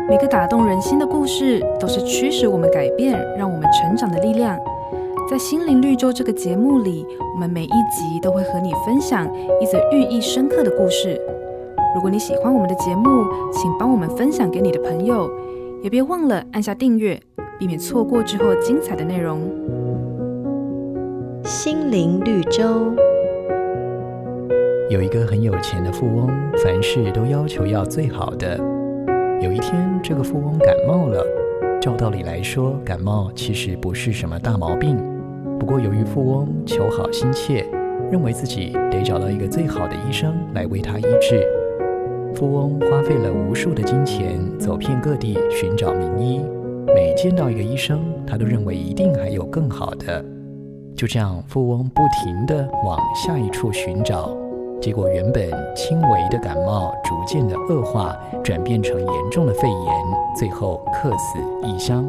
每个打动人心的故事都是驱使我们改变、让我们成长的力量。在心灵绿洲这个节目里，我们每一集都会和你分享一则寓意深刻的故事。如果你喜欢我们的节目，请帮我们分享给你的朋友，也别忘了按下订阅，避免错过之后精彩的内容。 心灵绿洲。 有一个很有钱的富翁，凡事都要求要最好的。有一天，这个富翁感冒了。照道理来说，感冒其实不是什么大毛病。不过由于富翁求好心切，认为自己得找到一个最好的医生来为他医治。富翁花费了无数的金钱，走遍各地寻找名医。每见到一个医生，他都认为一定还有更好的。就这样，富翁不停地往下一处寻找。结果原本轻微的感冒逐渐的恶化，转变成严重的肺炎，最后客死异乡。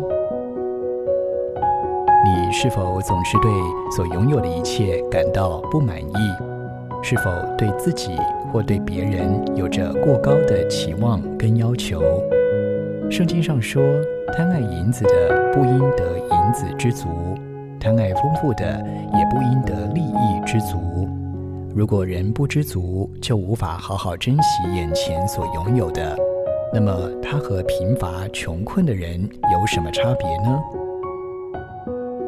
你是否总是对所拥有的一切感到不满意？是否对自己或对别人有着过高的期望跟要求？圣经上说，贪爱银子的不应得银子知足，贪爱丰富的也不应得利益知足。如果人不知足，就无法好好珍惜眼前所拥有的，那么他和贫乏穷困的人有什么差别呢？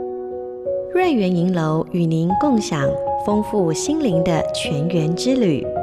瑞园银楼与您共享丰富心灵的全员之旅。